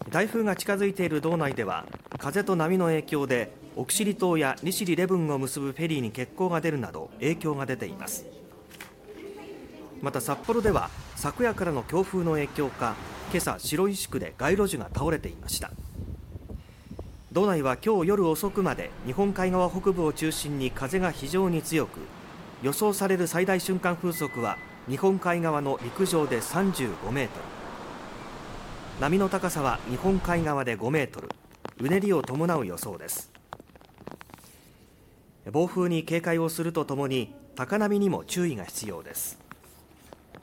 台風が近づいている道内では風と波の影響で奥尻島や利尻礼文を結ぶフェリーに欠航が出るなど影響が出ています。また札幌では昨夜からの強風の影響か今朝白石区で街路樹が倒れていました。道内は今日夜遅くまで日本海側北部を中心に風が非常に強く、予想される最大瞬間風速は日本海側の陸上で35メートル、波の高さは日本海側で5メートル、うねりを伴う予想です。暴風に警戒をするとともに高波にも注意が必要です。